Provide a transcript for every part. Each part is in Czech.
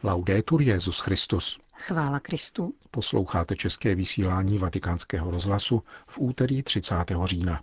Laudetur Jesus Christus. Chvála Kristu. Posloucháte české vysílání Vatikánského rozhlasu v úterý 30. října.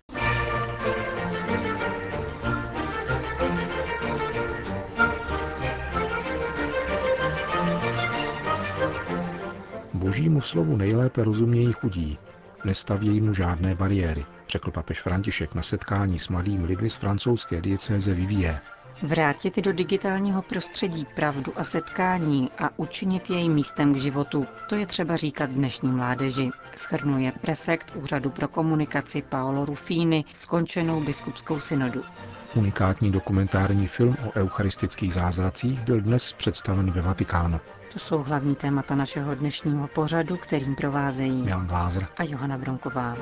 Božímu slovu nejlépe rozumějí chudí, nestavějí mu žádné bariéry, řekl papež František na setkání s mladými lidmi z francouzské diecéze Viviers. Vrátit do digitálního prostředí pravdu a setkání a učinit jej místem k životu, to je třeba říkat dnešní mládeži, shrnuje prefekt Úřadu pro komunikaci Paolo Ruffini skončenou biskupskou synodu. Unikátní dokumentární film o eucharistických zázracích byl dnes představen ve Vatikánu. To jsou hlavní témata našeho dnešního pořadu, kterým provázejí Milan Glázer a Johana Bronková.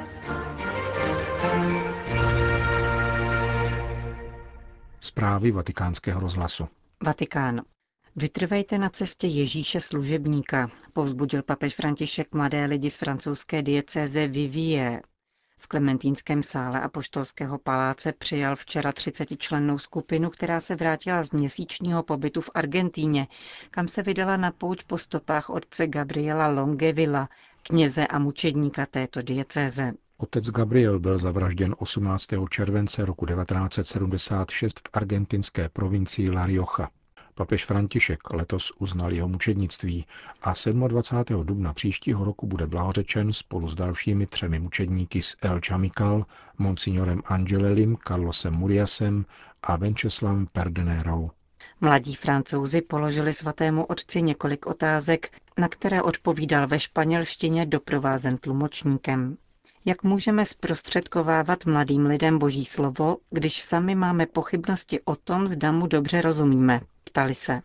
Zprávy Vatikánského rozhlasu. Vatikán. Vytrvejte na cestě Ježíše služebníka, povzbudil papež František mladé lidi z francouzské diecéze Viviers. V Klementínském sále Apoštolského paláce přijal včera 30člennou skupinu, která se vrátila z měsíčního pobytu v Argentíně, kam se vydala na pouť po stopách otce Gabriela Longevilla, kněze a mučedníka této diecéze. Otec Gabriel byl zavražděn 18. července roku 1976 v argentinské provincii La Rioja. Papež František letos uznal jeho mučednictví a 27. dubna příštího roku bude blahořečen spolu s dalšími 3 mučedníky z El Chamical, monsignorem Angelelim, Carlosem Muriasem a Venceslavem Perdenerou. Mladí Francouzi položili svatému otci několik otázek, na které odpovídal ve španělštině doprovázen tlumočníkem. Jak můžeme zprostředkovávat mladým lidem Boží slovo, když sami máme pochybnosti o tom, zda mu dobře rozumíme? Ptali se.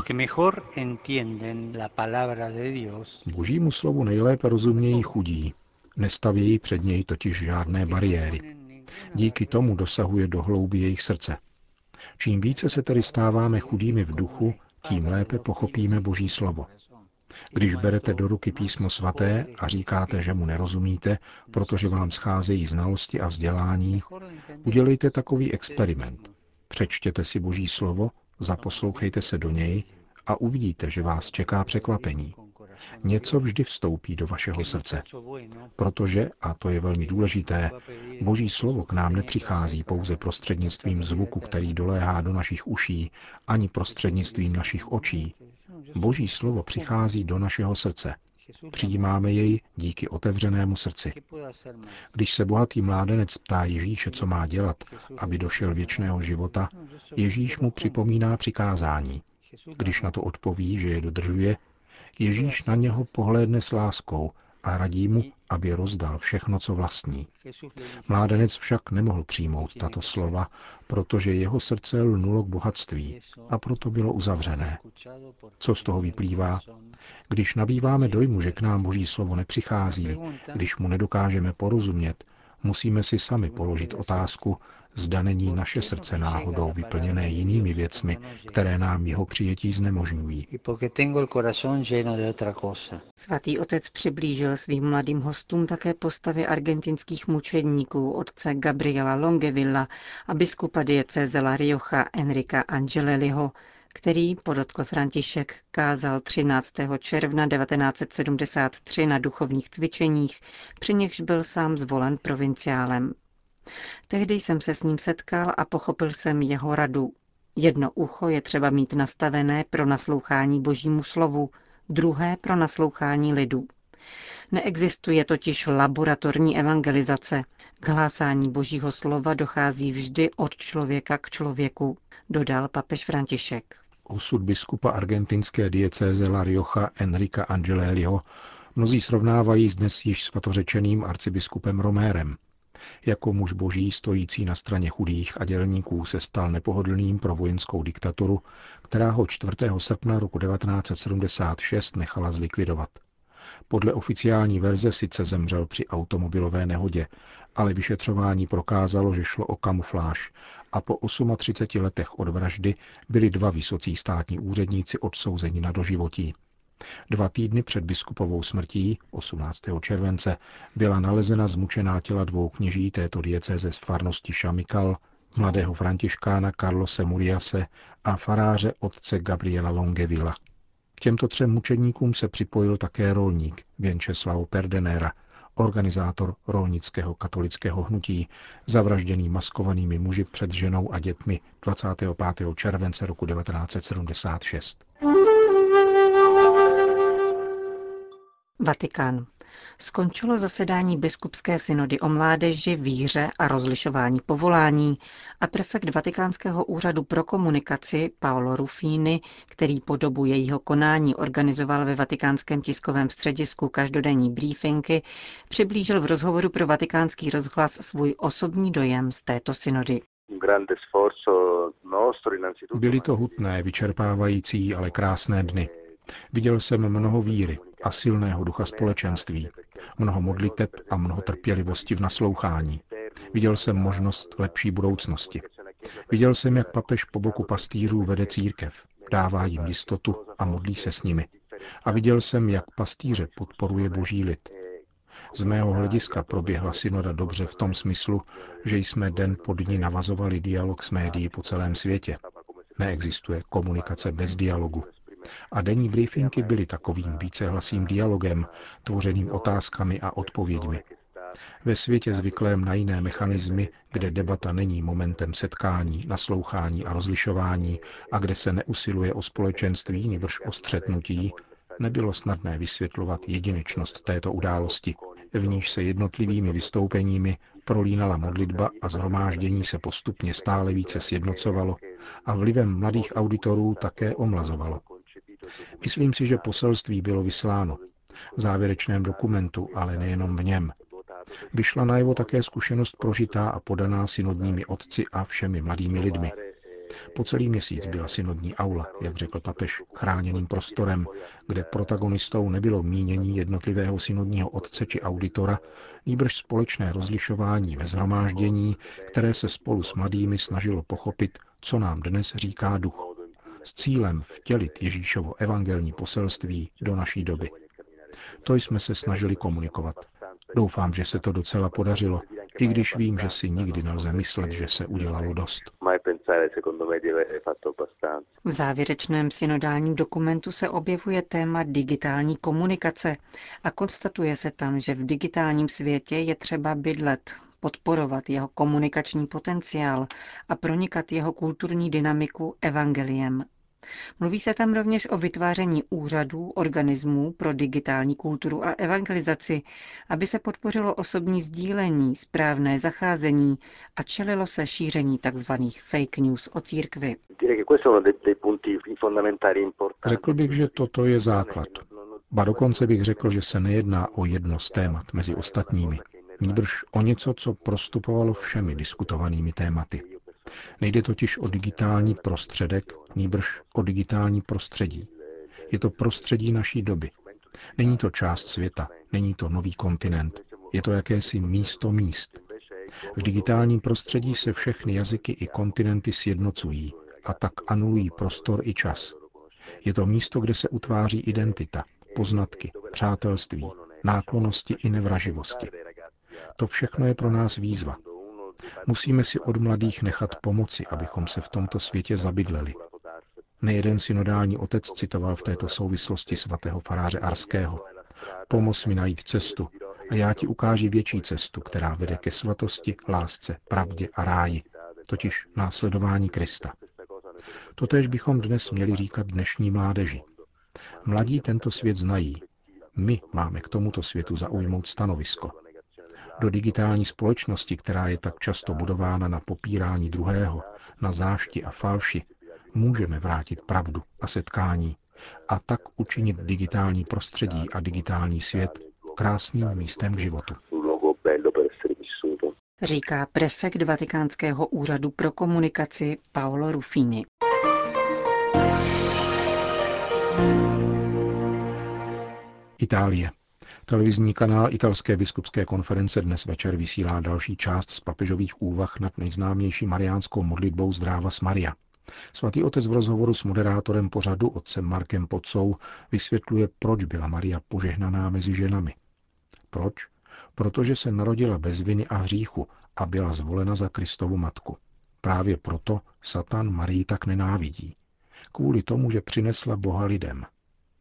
Božímu slovu nejlépe rozumějí chudí, nestavějí před něj totiž žádné bariéry. Díky tomu dosahuje do hloubi jejich srdce. Čím více se tedy stáváme chudými v duchu, tím lépe pochopíme Boží slovo. Když berete do ruky písmo svaté a říkáte, že mu nerozumíte, protože vám scházejí znalosti a vzdělání, udělejte takový experiment. Přečtěte si Boží slovo, zaposlouchejte se do něj a uvidíte, že vás čeká překvapení. Něco vždy vstoupí do vašeho srdce. Protože, a to je velmi důležité, Boží slovo k nám nepřichází pouze prostřednictvím zvuku, který doléhá do našich uší, ani prostřednictvím našich očí. Boží slovo přichází do našeho srdce. Přijímáme jej díky otevřenému srdci. Když se bohatý mládenec ptá Ježíše, co má dělat, aby došel věčného života, Ježíš mu připomíná přikázání. Když na to odpoví, že je dodržuje, Ježíš na něho pohlédne s láskou a radí mu, aby rozdal všechno, co vlastní. Mládenec však nemohl přijmout tato slova, protože jeho srdce lnulo k bohatství a proto bylo uzavřené. Co z toho vyplývá? Když nabýváme dojmu, že k nám Boží slovo nepřichází, když mu nedokážeme porozumět, musíme si sami položit otázku, zda není naše srdce náhodou vyplněné jinými věcmi, které nám jeho přijetí znemožňují. Svatý otec přiblížil svým mladým hostům také postavy argentinských mučedníků otce Gabriela Longevilla a biskupa diecéze La Rioja Enrika Angeleliho, který, podotkl František, kázal 13. června 1973 na duchovních cvičeních, při nichž byl sám zvolen provinciálem. Tehdy jsem se s ním setkal a pochopil jsem jeho radu. Jedno ucho je třeba mít nastavené pro naslouchání Božímu slovu, druhé pro naslouchání lidu. Neexistuje totiž laboratorní evangelizace. K hlásání Božího slova dochází vždy od člověka k člověku, dodal papež František. Osud biskupa argentinské diecéze La Rioja Enrika Angeleliho mnozí srovnávají s dnes již svatořečeným arcibiskupem Romérem. Jako muž boží stojící na straně chudých a dělníků se stal nepohodlným pro vojenskou diktaturu, která ho 4. srpna roku 1976 nechala zlikvidovat. Podle oficiální verze sice zemřel při automobilové nehodě, ale vyšetřování prokázalo, že šlo o kamufláž a po 38 letech od vraždy byli 2 vysocí státní úředníci odsouzeni na doživotí. 2 týdny před biskupovou smrtí, 18. července, byla nalezena zmučená těla 2 kněží této diecéze z farnosti Chamical, mladého františkána Carlose Muriase a faráře otce Gabriela Longevilla. K těmto 3 mučedníkům se připojil také rolník Věnceslao Perdenera, organizátor rolnického katolického hnutí, zavražděný maskovanými muži před ženou a dětmi 25. července roku 1976. Vatikán. Skončilo zasedání biskupské synody o mládeži, víře a rozlišování povolání a prefekt Vatikánského úřadu pro komunikaci Paolo Ruffini, který po dobu jejího konání organizoval ve Vatikánském tiskovém středisku každodenní briefingy, přiblížil v rozhovoru pro Vatikánský rozhlas svůj osobní dojem z této synody. Byly to hutné, vyčerpávající, ale krásné dny. Viděl jsem mnoho víry a silného ducha společenství, mnoho modliteb a mnoho trpělivosti v naslouchání. Viděl jsem možnost lepší budoucnosti. Viděl jsem, jak papež po boku pastýřů vede církev, dává jim jistotu a modlí se s nimi. A viděl jsem, jak pastýře podporuje boží lid. Z mého hlediska proběhla synoda dobře v tom smyslu, že jsme den po dni navazovali dialog s médií po celém světě. Neexistuje komunikace bez dialogu. A denní briefingy byly takovým vícehlasým dialogem, tvořeným otázkami a odpověďmi. Ve světě zvyklém na jiné mechanismy, kde debata není momentem setkání, naslouchání a rozlišování a kde se neusiluje o společenství, nýbrž o střetnutí, nebylo snadné vysvětlovat jedinečnost této události, v níž se jednotlivými vystoupeními prolínala modlitba a shromáždění se postupně stále více sjednocovalo a vlivem mladých auditorů také omlazovalo. Myslím si, že poselství bylo vysláno. V závěrečném dokumentu, ale nejenom v něm. Vyšla najevo také zkušenost prožitá a podaná synodními otci a všemi mladými lidmi. Po celý měsíc byla synodní aula, jak řekl papež, chráněným prostorem, kde protagonistou nebylo mínění jednotlivého synodního otce či auditora, nýbrž společné rozlišování ve shromáždění, které se spolu s mladými snažilo pochopit, co nám dnes říká duch, s cílem vtělit Ježíšovo evangelní poselství do naší doby. To jsme se snažili komunikovat. Doufám, že se to docela podařilo, i když vím, že si nikdy nelze myslet, že se udělalo dost. V závěrečném synodálním dokumentu se objevuje téma digitální komunikace a konstatuje se tam, že v digitálním světě je třeba bydlet, podporovat jeho komunikační potenciál a pronikat jeho kulturní dynamiku evangeliem. Mluví se tam rovněž o vytváření úřadů, organismů pro digitální kulturu a evangelizaci, aby se podpořilo osobní sdílení, správné zacházení a čelilo se šíření tzv. Fake news o církvi. Řekl bych, že toto je základ. Ba dokonce bych řekl, že se nejedná o jedno z témat mezi ostatními, nýbrž o něco, co prostupovalo všemi diskutovanými tématy. Nejde totiž o digitální prostředek, nýbrž o digitální prostředí. Je to prostředí naší doby. Není to část světa, není to nový kontinent, je to jakési místo míst. V digitálním prostředí se všechny jazyky i kontinenty sjednocují a tak anulují prostor i čas. Je to místo, kde se utváří identita, poznatky, přátelství, náklonnosti i nevraživosti. To všechno je pro nás výzva. Musíme si od mladých nechat pomoci, abychom se v tomto světě zabydleli. Nejeden synodální otec citoval v této souvislosti svatého faráře Arského. Pomoz mi najít cestu a já ti ukáži větší cestu, která vede ke svatosti, lásce, pravdě a ráji, totiž následování Krista. Totéž bychom dnes měli říkat dnešní mládeži. Mladí tento svět znají. My máme k tomuto světu zaujmout stanovisko. Do digitální společnosti, která je tak často budována na popírání druhého, na zášti a falši, můžeme vrátit pravdu a setkání a tak učinit digitální prostředí a digitální svět krásným místem k životu. Říká prefekt Vatikánského úřadu pro komunikaci Paolo Ruffini. Itálie. Televizní kanál Italské biskupské konference dnes večer vysílá další část z papežových úvah nad nejznámější mariánskou modlitbou Zdravas Maria. Svatý otec v rozhovoru s moderátorem pořadu otcem Markem Poccou vysvětluje, proč byla Maria požehnaná mezi ženami. Proč? Protože se narodila bez viny a hříchu a byla zvolena za Kristovu matku. Právě proto Satan Marii tak nenávidí. Kvůli tomu, že přinesla Boha lidem.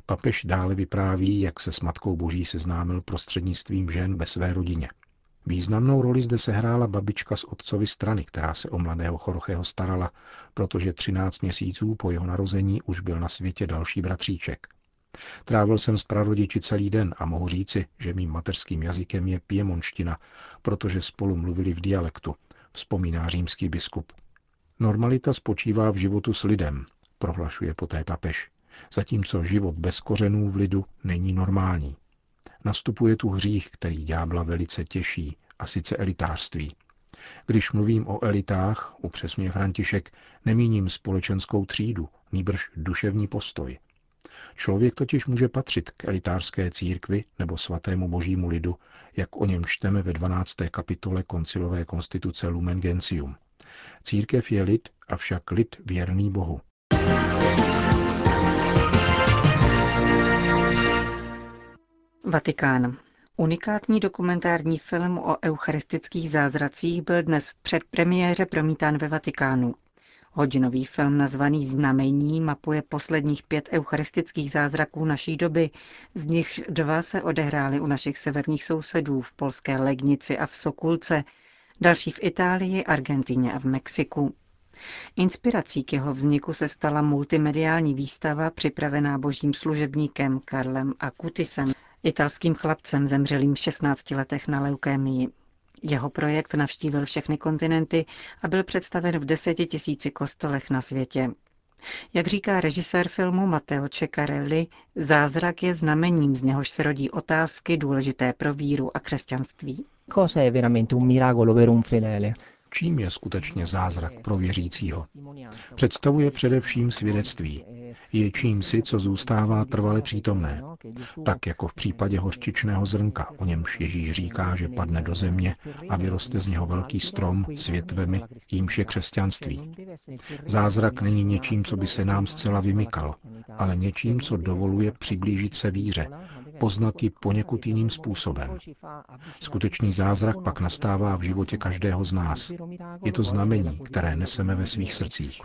Papež dále vypráví, jak se s Matkou Boží seznámil prostřednictvím žen ve své rodině. Významnou roli zde sehrála babička z otcovy strany, která se o mladého Jorgeho starala, protože 13 měsíců po jeho narození už byl na světě další bratříček. Trávil jsem s prarodiči celý den a mohu říci, že mým mateřským jazykem je piemonština, protože spolu mluvili v dialektu, vzpomíná římský biskup. Normalita spočívá v životu s lidem, prohlašuje poté papež, zatímco život bez kořenů v lidu není normální. Nastupuje tu hřích, který ďábla velice těší, a sice elitářství. Když mluvím o elitách, upřesňuje František, nemíním společenskou třídu, nýbrž duševní postoj. Člověk totiž může patřit k elitářské církvi nebo svatému božímu lidu, jak o něm čteme ve 12. kapitole koncilové konstituce Lumen Gentium. Církev je lid, avšak lid věrný Bohu. Vatikán. Unikátní dokumentární film o eucharistických zázracích byl dnes v předpremiéře promítán ve Vatikánu. Hodinový film nazvaný Znamení mapuje posledních 5 eucharistických zázraků naší doby, z nichž 2 se odehrály u našich severních sousedů v polské Legnici a v Sokulce, další v Itálii, Argentině a v Mexiku. Inspirací k jeho vzniku se stala multimediální výstava připravená božím služebníkem Karlem Acutisem, italským chlapcem zemřelým v 16 letech na leukémii. Jeho projekt navštívil všechny kontinenty a byl představen v 10 000 kostelech na světě. Jak říká režisér filmu Matteo Ceccarelli, zázrak je znamením, z něhož se rodí otázky důležité pro víru a křesťanství. Cosa è veramente un miracolo per un fedele? Čím je skutečně zázrak pro věřícího? Představuje především svědectví. Je čímsi, co zůstává trvale přítomné. Tak jako v případě hořčičného zrnka, o němž Ježíš říká, že padne do země a vyroste z něho velký strom s větvemi, jímž je křesťanství. Zázrak není něčím, co by se nám zcela vymykalo, ale něčím, co dovoluje přiblížit se víře, poznat ji poněkud jiným způsobem. Skutečný zázrak pak nastává v životě každého z nás. Je to znamení, které neseme ve svých srdcích.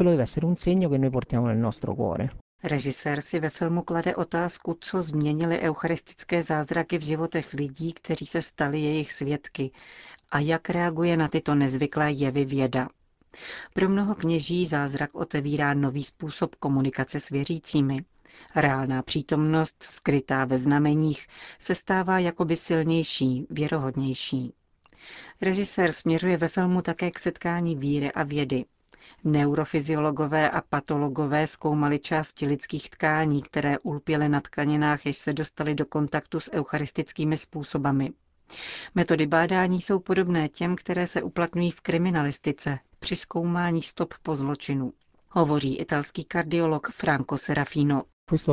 Režisér si ve filmu klade otázku, co změnily eucharistické zázraky v životech lidí, kteří se stali jejich svědky, a jak reaguje na tyto nezvyklé jevy věda. Pro mnoho kněží zázrak otevírá nový způsob komunikace s věřícími. Reálná přítomnost, skrytá ve znameních, se stává jakoby silnější, věrohodnější. Režisér směřuje ve filmu také k setkání víry a vědy. Neurofyziologové a patologové zkoumali části lidských tkání, které ulpěly na tkaninách, jež se dostaly do kontaktu s eucharistickými způsobami. Metody bádání jsou podobné těm, které se uplatňují v kriminalistice při zkoumání stop po zločinu. Hovoří italský kardiolog Franco Serafino.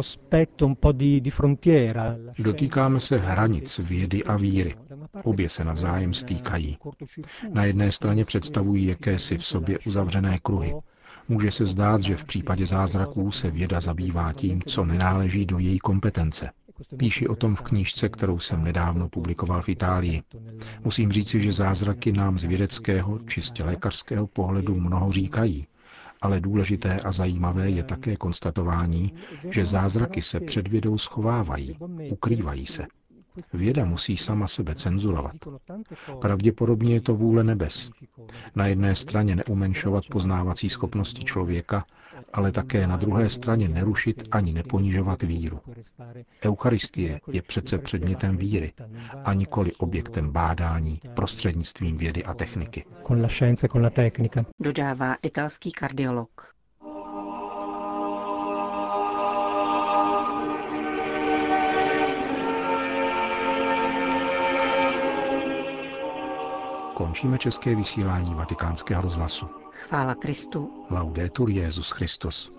Dotýkáme se hranic vědy a víry. Obě se navzájem stýkají. Na jedné straně představují jakési v sobě uzavřené kruhy. Může se zdát, že v případě zázraků se věda zabývá tím, co nenáleží do její kompetence. Píši o tom v knížce, kterou jsem nedávno publikoval v Itálii. Musím říci, že zázraky nám z vědeckého, čistě lékařského pohledu mnoho říkají, ale důležité a zajímavé je také konstatování, že zázraky se před vědou schovávají, ukrývají se. Věda musí sama sebe cenzurovat. Pravděpodobně je to vůle nebes. Na jedné straně neumenšovat poznávací schopnosti člověka, ale také na druhé straně nerušit ani neponižovat víru. Eucharistie je přece předmětem víry a nikoli objektem bádání prostřednictvím vědy a techniky. Dodává italský kardiolog. Končíme české vysílání Vatikánského rozhlasu. Chvála Kristu. Laudetur Jesus Christus.